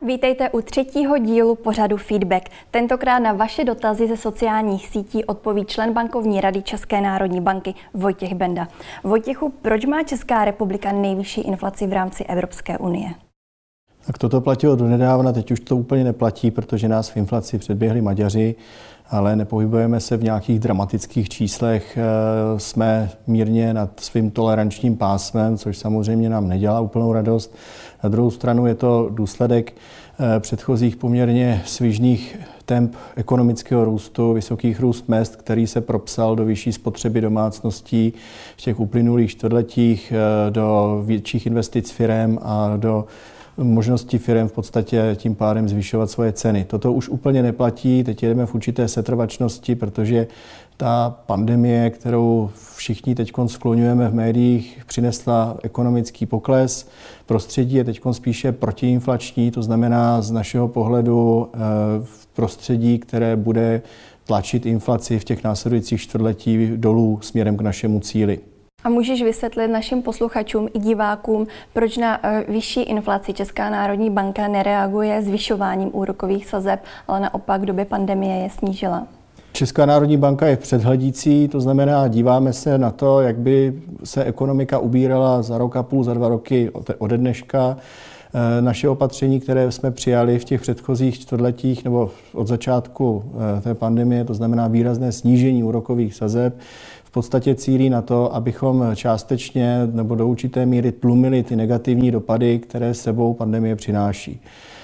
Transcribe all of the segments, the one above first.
Vítejte u třetího dílu pořadu Feedback. Tentokrát na vaše dotazy ze sociálních sítí odpoví člen bankovní rady České národní banky Vojtěch Benda. Vojtěchu, proč má Česká republika nejvyšší inflaci v rámci Evropské unie? Tak toto platilo donedávna, teď už to úplně neplatí, protože nás v inflaci předběhli Maďaři, ale nepohybujeme se v nějakých dramatických číslech. Jsme mírně nad svým tolerančním pásmem, což samozřejmě nám nedělá úplnou radost. Na druhou stranu je to důsledek předchozích poměrně svižných temp ekonomického růstu, vysokých růst mezd, který se propsal do vyšší spotřeby domácností v těch uplynulých čtvrtletích, do větších investic firem a do možnosti firem v podstatě tím pádem zvyšovat svoje ceny. Toto už úplně neplatí, teď jedeme v určité setrvačnosti, protože ta pandemie, kterou všichni teď skloňujeme v médiích, přinesla ekonomický pokles. Prostředí je teď spíše protiinflační, to znamená z našeho pohledu v prostředí, které bude tlačit inflaci v těch následujících čtvrtletí dolů směrem k našemu cíli. A můžeš vysvětlit našim posluchačům i divákům, proč na vyšší inflaci Česká národní banka nereaguje zvyšováním úrokových sazeb, ale naopak v době pandemie je snížila? Česká národní banka je předhledící, to znamená, díváme se na to, jak by se ekonomika ubírala za rok a půl, za 2 roky ode dneška. Naše opatření, které jsme přijali v těch předchozích čtvrtletích nebo od začátku té pandemie, to znamená výrazné snížení úrokových sazeb, v podstatě cílí na to, abychom částečně nebo do určité míry tlumili ty negativní dopady, které sebou pandemie přináší.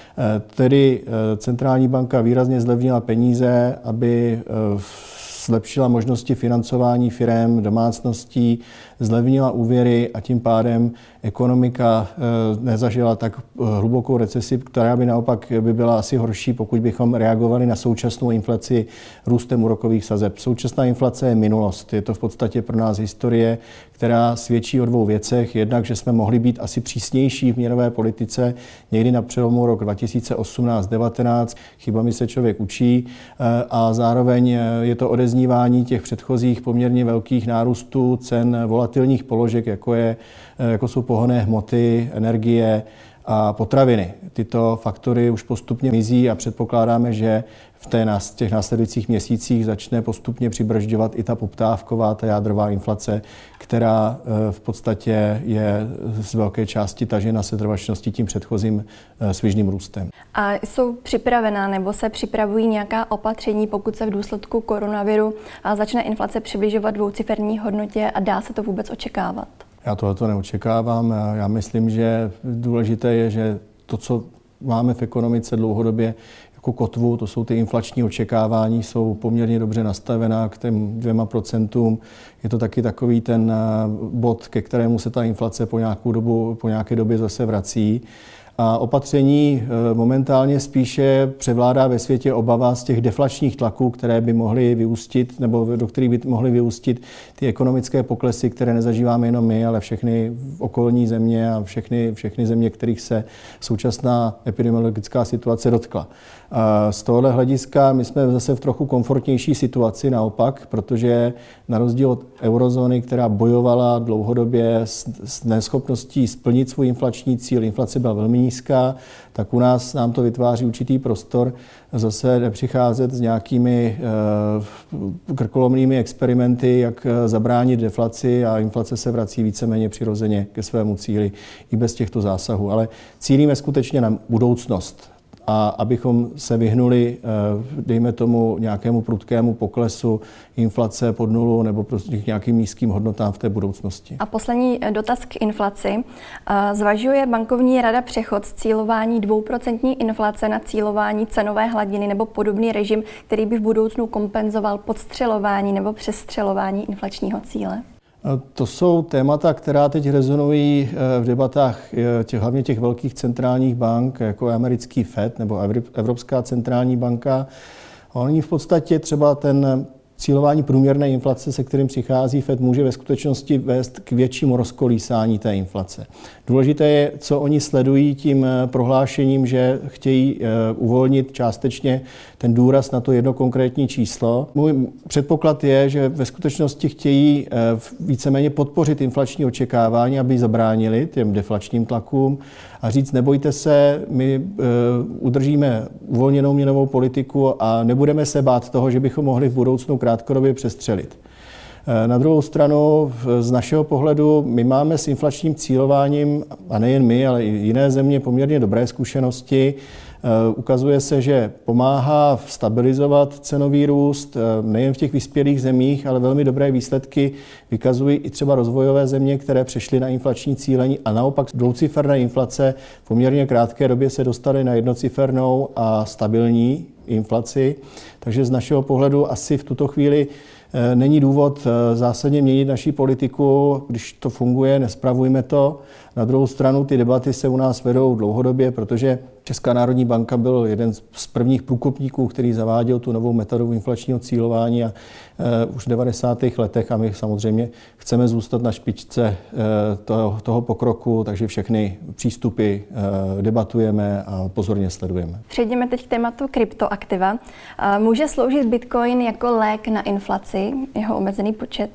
Tedy centrální banka výrazně zlevnila peníze, aby zlepšila možnosti financování firem, domácností, zlevnila úvěry a tím pádem ekonomika nezažila tak hlubokou recesi, která by naopak byla asi horší, pokud bychom reagovali na současnou inflaci růstem úrokových sazeb. Současná inflace je minulost. Je to v podstatě pro nás historie, která svědčí o 2 věcech. Jednak, že jsme mohli být asi přísnější v měnové politice někdy na přelomu rok 2018-19. Chybami se člověk učí a zároveň je to odeznívání těch předchozích poměrně velkých nárůstů cen volatilních položek, jako jsou pohonné hmoty, energie a potraviny. Tyto faktory už postupně mizí a předpokládáme, že v těch následujících měsících začne postupně přibržďovat i ta poptávková, ta jádrová inflace, která v podstatě je z velké části tažena setrvačností tím předchozím svižným růstem. A jsou připravená nebo se připravují nějaká opatření, pokud se v důsledku koronaviru začne inflace přibližovat dvouciferní hodnotě a dá se to vůbec očekávat? Já tohleto neočekávám. Já myslím, že důležité je, že to, co máme v ekonomice dlouhodobě jako kotvu, to jsou ty inflační očekávání, jsou poměrně dobře nastavená k těm 2%. Je to taky takový ten bod, ke kterému se ta inflace po nějaké době zase vrací. A opatření momentálně spíše převládá ve světě obava z těch deflačních tlaků, které by mohly vyústit, nebo do kterých by mohly vyústit ty ekonomické poklesy, které nezažíváme jenom my, ale všechny okolní země a všechny země, kterých se současná epidemiologická situace dotkla. Z tohohle hlediska my jsme zase v trochu komfortnější situaci naopak, protože na rozdíl od eurozóny, která bojovala dlouhodobě s neschopností splnit svůj inflační cíl, inflace byla velmi nízká, tak u nás nám to vytváří určitý prostor zase nepřicházet s nějakými krkolomnými experimenty, jak zabránit deflaci a inflace se vrací víceméně přirozeně ke svému cíli i bez těchto zásahů. Ale cílíme skutečně na budoucnost. A abychom se vyhnuli, dejme tomu, nějakému prudkému poklesu inflace pod nulu nebo prostě nějakým nízkým hodnotám v té budoucnosti. A poslední dotaz k inflaci. Zvažuje bankovní rada přechod z cílování 2% inflace na cílování cenové hladiny nebo podobný režim, který by v budoucnu kompenzoval podstřelování nebo přestřelování inflačního cíle? To jsou témata, která teď rezonují v debatách hlavně těch velkých centrálních bank, jako americký FED nebo Evropská centrální banka. Oni v podstatě třeba ten cílování průměrné inflace, se kterým přichází FED, může ve skutečnosti vést k většímu rozkolísání té inflace. Důležité je, co oni sledují tím prohlášením, že chtějí uvolnit částečně ten důraz na to jedno konkrétní číslo. Můj předpoklad je, že ve skutečnosti chtějí víceméně podpořit inflační očekávání, aby zabránili těm deflačním tlakům a říct, nebojte se, my udržíme uvolněnou měnovou politiku a nebudeme se bát toho, že bychom mohli v budoucnu krátkodobě přestřelit. Na druhou stranu, z našeho pohledu, my máme s inflačním cílováním, a nejen my, ale i jiné země, poměrně dobré zkušenosti. Ukazuje se, že pomáhá stabilizovat cenový růst nejen v těch vyspělých zemích, ale velmi dobré výsledky vykazují i třeba rozvojové země, které přešly na inflační cílení a naopak dvouciferné inflace v poměrně krátké době se dostaly na jednocifernou a stabilní inflaci. Takže z našeho pohledu asi v tuto chvíli není důvod zásadně měnit naši politiku, když to funguje, nespravujme to. Na druhou stranu ty debaty se u nás vedou dlouhodobě, protože Česká národní banka byl jeden z prvních průkopníků, který zaváděl tu novou metodu inflačního cílování a už v 90. letech a my samozřejmě chceme zůstat na špičce toho pokroku, takže všechny přístupy debatujeme a pozorně sledujeme. Přejdeme teď k tématu kryptoaktiva. Může sloužit Bitcoin jako lék na inflaci, jeho omezený počet?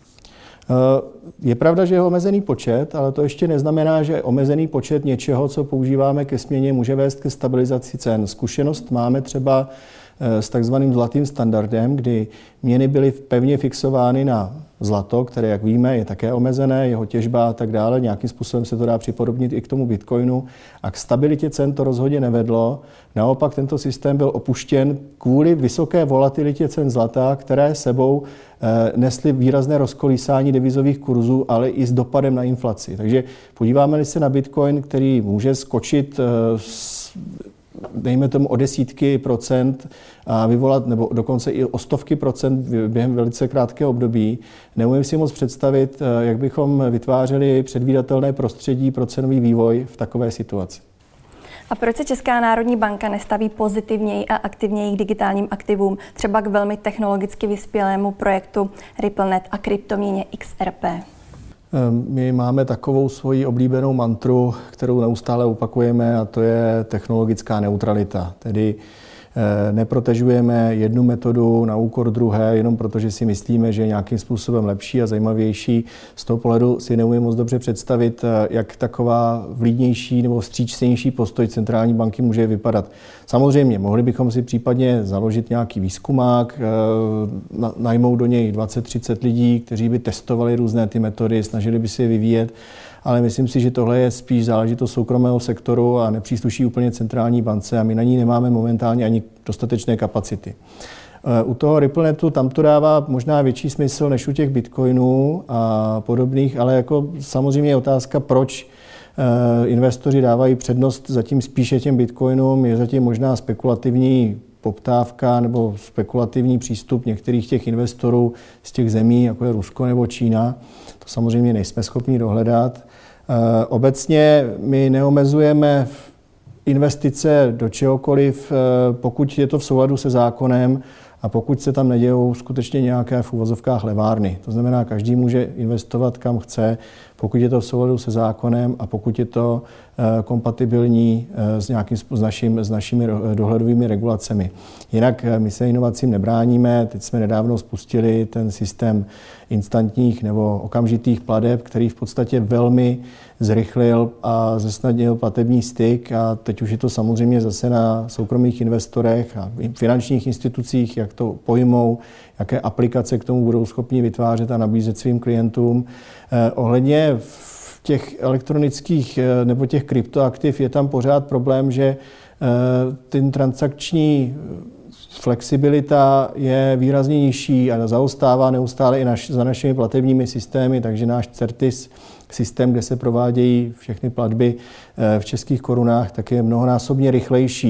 Je pravda, že je omezený počet, ale to ještě neznamená, že omezený počet něčeho, co používáme ke směně, může vést ke stabilizaci cen. Zkušenost máme třeba s takzvaným zlatým standardem, kdy měny byly pevně fixovány na zlato, které, jak víme, je také omezené, jeho těžba a tak dále. Nějakým způsobem se to dá připodobnit i k tomu Bitcoinu. A k stabilitě cen to rozhodně nevedlo. Naopak tento systém byl opuštěn kvůli vysoké volatilitě cen zlata, které sebou nesly výrazné rozkolísání devizových kurzů, ale i s dopadem na inflaci. Takže podíváme-li se na Bitcoin, který může skočit dejme tomu o desítky procent a vyvolat, nebo dokonce i o stovky procent během velice krátkého období. Neumím si moc představit, jak bychom vytvářeli předvídatelné prostředí pro cenový vývoj v takové situaci. A proč se Česká národní banka nestaví pozitivněji a aktivněji k digitálním aktivům, třeba k velmi technologicky vyspělému projektu RippleNet a kryptoměně XRP? My máme takovou svoji oblíbenou mantru, kterou neustále opakujeme, a to je technologická neutralita. Tedy neprotežujeme jednu metodu na úkor druhé, jenom protože si myslíme, že je nějakým způsobem lepší a zajímavější. Z toho pohledu si neumím moc dobře představit, jak taková vlídnější nebo vstřícnější postoj centrální banky může vypadat. Samozřejmě, mohli bychom si případně založit nějaký výzkumák, najmout do něj 20-30 lidí, kteří by testovali různé ty metody, snažili by si je vyvíjet, ale myslím si, že tohle je spíš záležitost soukromého sektoru a nepřísluší úplně centrální bance a my na ní nemáme momentálně ani dostatečné kapacity. U toho RippleNetu tam to dává možná větší smysl než u těch bitcoinů a podobných, ale jako samozřejmě je otázka, proč investoři dávají přednost zatím spíše těm bitcoinům, je zatím možná spekulativní poptávka nebo spekulativní přístup některých těch investorů z těch zemí, jako je Rusko nebo Čína. To samozřejmě nejsme schopni dohledat. Obecně my neomezujeme investice do čehokoliv, pokud je to v souladu se zákonem a pokud se tam nedějou skutečně nějaké v uvozovkách levárny. To znamená, každý může investovat kam chce, pokud je to v souladu se zákonem a pokud je to kompatibilní s našimi dohledovými regulacemi. Jinak my se inovacím nebráníme. Teď jsme nedávno spustili ten systém instantních nebo okamžitých plateb, který v podstatě velmi zrychlil a zesnadnil platební styk a teď už je to samozřejmě zase na soukromých investorech a finančních institucích, jak to pojmou, jaké aplikace k tomu budou schopni vytvářet a nabízet svým klientům. Ohledně těch elektronických nebo těch kryptoaktiv je tam pořád problém, že ten transakční flexibilita je výrazně nižší a zaostává neustále i za našimi platebními systémy, takže náš Certis systém, kde se provádějí všechny platby v českých korunách, tak je mnohonásobně rychlejší v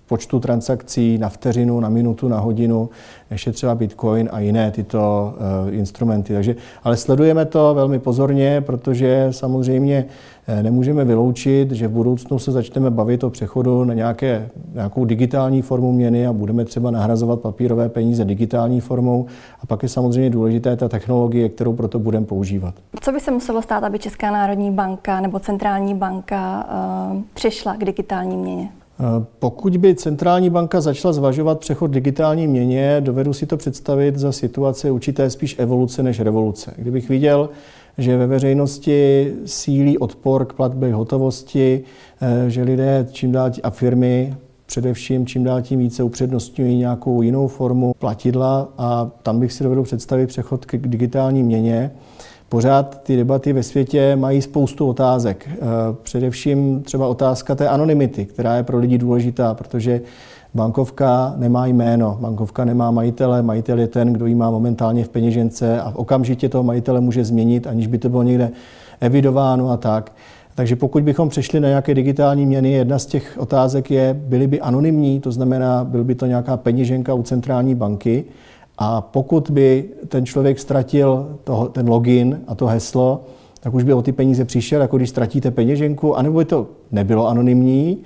počtu transakcí na vteřinu, na minutu, na hodinu, než je třeba Bitcoin a jiné tyto instrumenty. Ale sledujeme to velmi pozorně, protože samozřejmě nemůžeme vyloučit, že v budoucnu se začneme bavit o přechodu na nějakou digitální formu měny a budeme třeba nahrazovat papírové peníze digitální formou. A pak je samozřejmě důležité ta technologie, kterou proto budeme používat. Co by se muselo stát, aby Česká národní banka nebo centrální banka přešla k digitální měně? Pokud by centrální banka začala zvažovat přechod k digitální měně, dovedu si to představit za situace určité spíš evoluce než revoluce. Kdybych viděl, že ve veřejnosti sílí odpor k platbě hotovosti, že lidé a firmy především čím dál tím více upřednostňují nějakou jinou formu platidla a tam bych si dovedl představit přechod k digitální měně. Pořád ty debaty ve světě mají spoustu otázek. Především třeba otázka té anonymity, která je pro lidi důležitá, protože bankovka nemá jméno, bankovka nemá majitele, majitel je ten, kdo ji má momentálně v peněžence a okamžitě toho majitele může změnit, aniž by to bylo někde evidováno a tak. Takže pokud bychom přešli na nějaké digitální měny, jedna z těch otázek je, byly by anonymní, to znamená, byl by to nějaká peněženka u centrální banky, a pokud by ten člověk ztratil ten login a to heslo, tak už by o ty peníze přišel, jako když ztratíte peněženku, anebo by to nebylo anonymní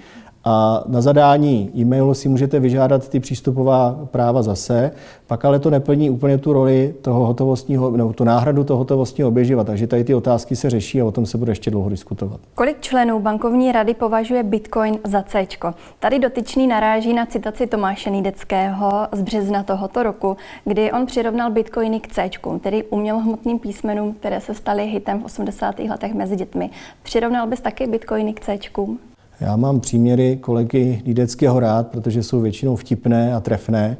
a na zadání e-mailu si můžete vyžádat ty přístupová práva zase, pak ale to neplní úplně tu roli toho hotovostního, nebo tu náhradu toho hotovostního oběživa, takže tady ty otázky se řeší a o tom se bude ještě dlouho diskutovat. Kolik členů bankovní rady považuje Bitcoin za C-čko? Tady dotyčný naráží na citaci Tomáše Nýdeckého z března tohoto roku, kdy on přirovnal Bitcoiny k C-čkům, tedy umělohmotným písmenům, které se staly hitem v 80. letech mezi dětmi. Přirovnal bys taky Bitcoiny k C-čkům? Já mám příměry kolegy Nýdeckého rád, protože jsou většinou vtipné a trefné.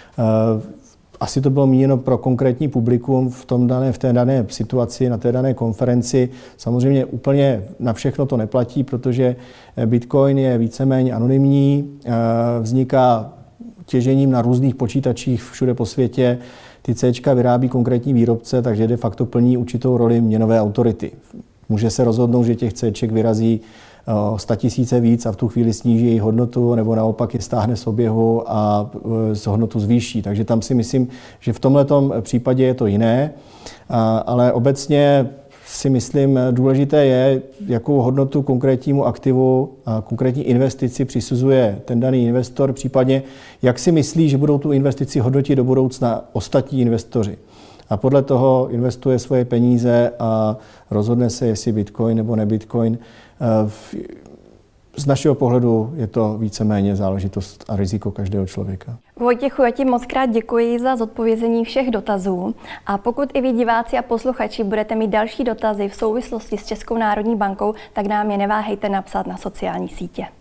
Asi to bylo míněno pro konkrétní publikum v té dané situaci, na té dané konferenci. Samozřejmě úplně na všechno to neplatí, protože Bitcoin je víceméně anonymní, vzniká těžením na různých počítačích všude po světě. Ty Cčka vyrábí konkrétní výrobce, takže de facto plní určitou roli měnové autority. Může se rozhodnout, že těch Cček vyrazí 100 000 víc a v tu chvíli sníží její hodnotu, nebo naopak je stáhne z oběhu a z hodnotu zvýší. Takže tam si myslím, že v tomhletom případě je to jiné, ale obecně si myslím, důležité je, jakou hodnotu konkrétnímu aktivu a konkrétní investici přisuzuje ten daný investor, případně jak si myslí, že budou tu investici hodnotit do budoucna ostatní investoři. A podle toho investuje svoje peníze a rozhodne se, jestli Bitcoin nebo nebitcoin. Z našeho pohledu je to víceméně záležitost a riziko každého člověka. Vojtěchu, já ti moc krát děkuji za zodpovězení všech dotazů. A pokud i vy, diváci a posluchači, budete mít další dotazy v souvislosti s Českou národní bankou, tak nám je neváhejte napsat na sociální sítě.